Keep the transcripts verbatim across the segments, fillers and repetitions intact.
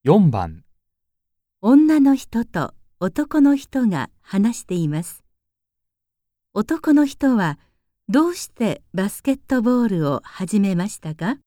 よんばん、 女の人と男の人が話しています。男の人はどうしてバスケットボールを始めましたか？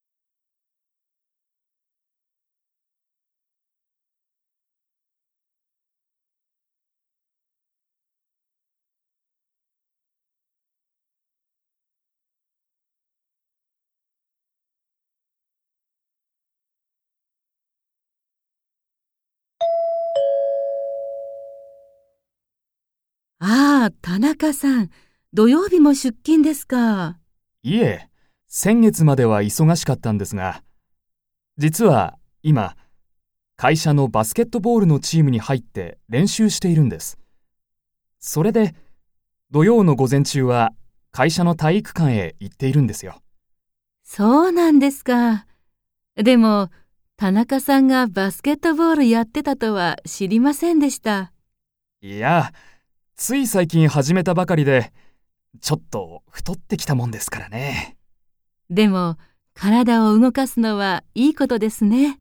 ああ、田中さん、土曜日も出勤ですか。 いえ、先月までは忙しかったんですが、実は今、会社のバスケットボールのチームに入って練習しているんです。それで、土曜の午前中は会社の体育館へ行っているんですよ。 そうなんですか。でも、田中さんがバスケットボールやってたとは知りませんでした。 いや、つい最近始めたばかりで、ちょっと太ってきたもんですからね。 でも、体を動かすのはいいことですね。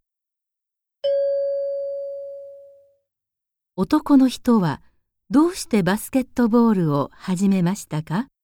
男の人はどうしてバスケットボールを始めましたか？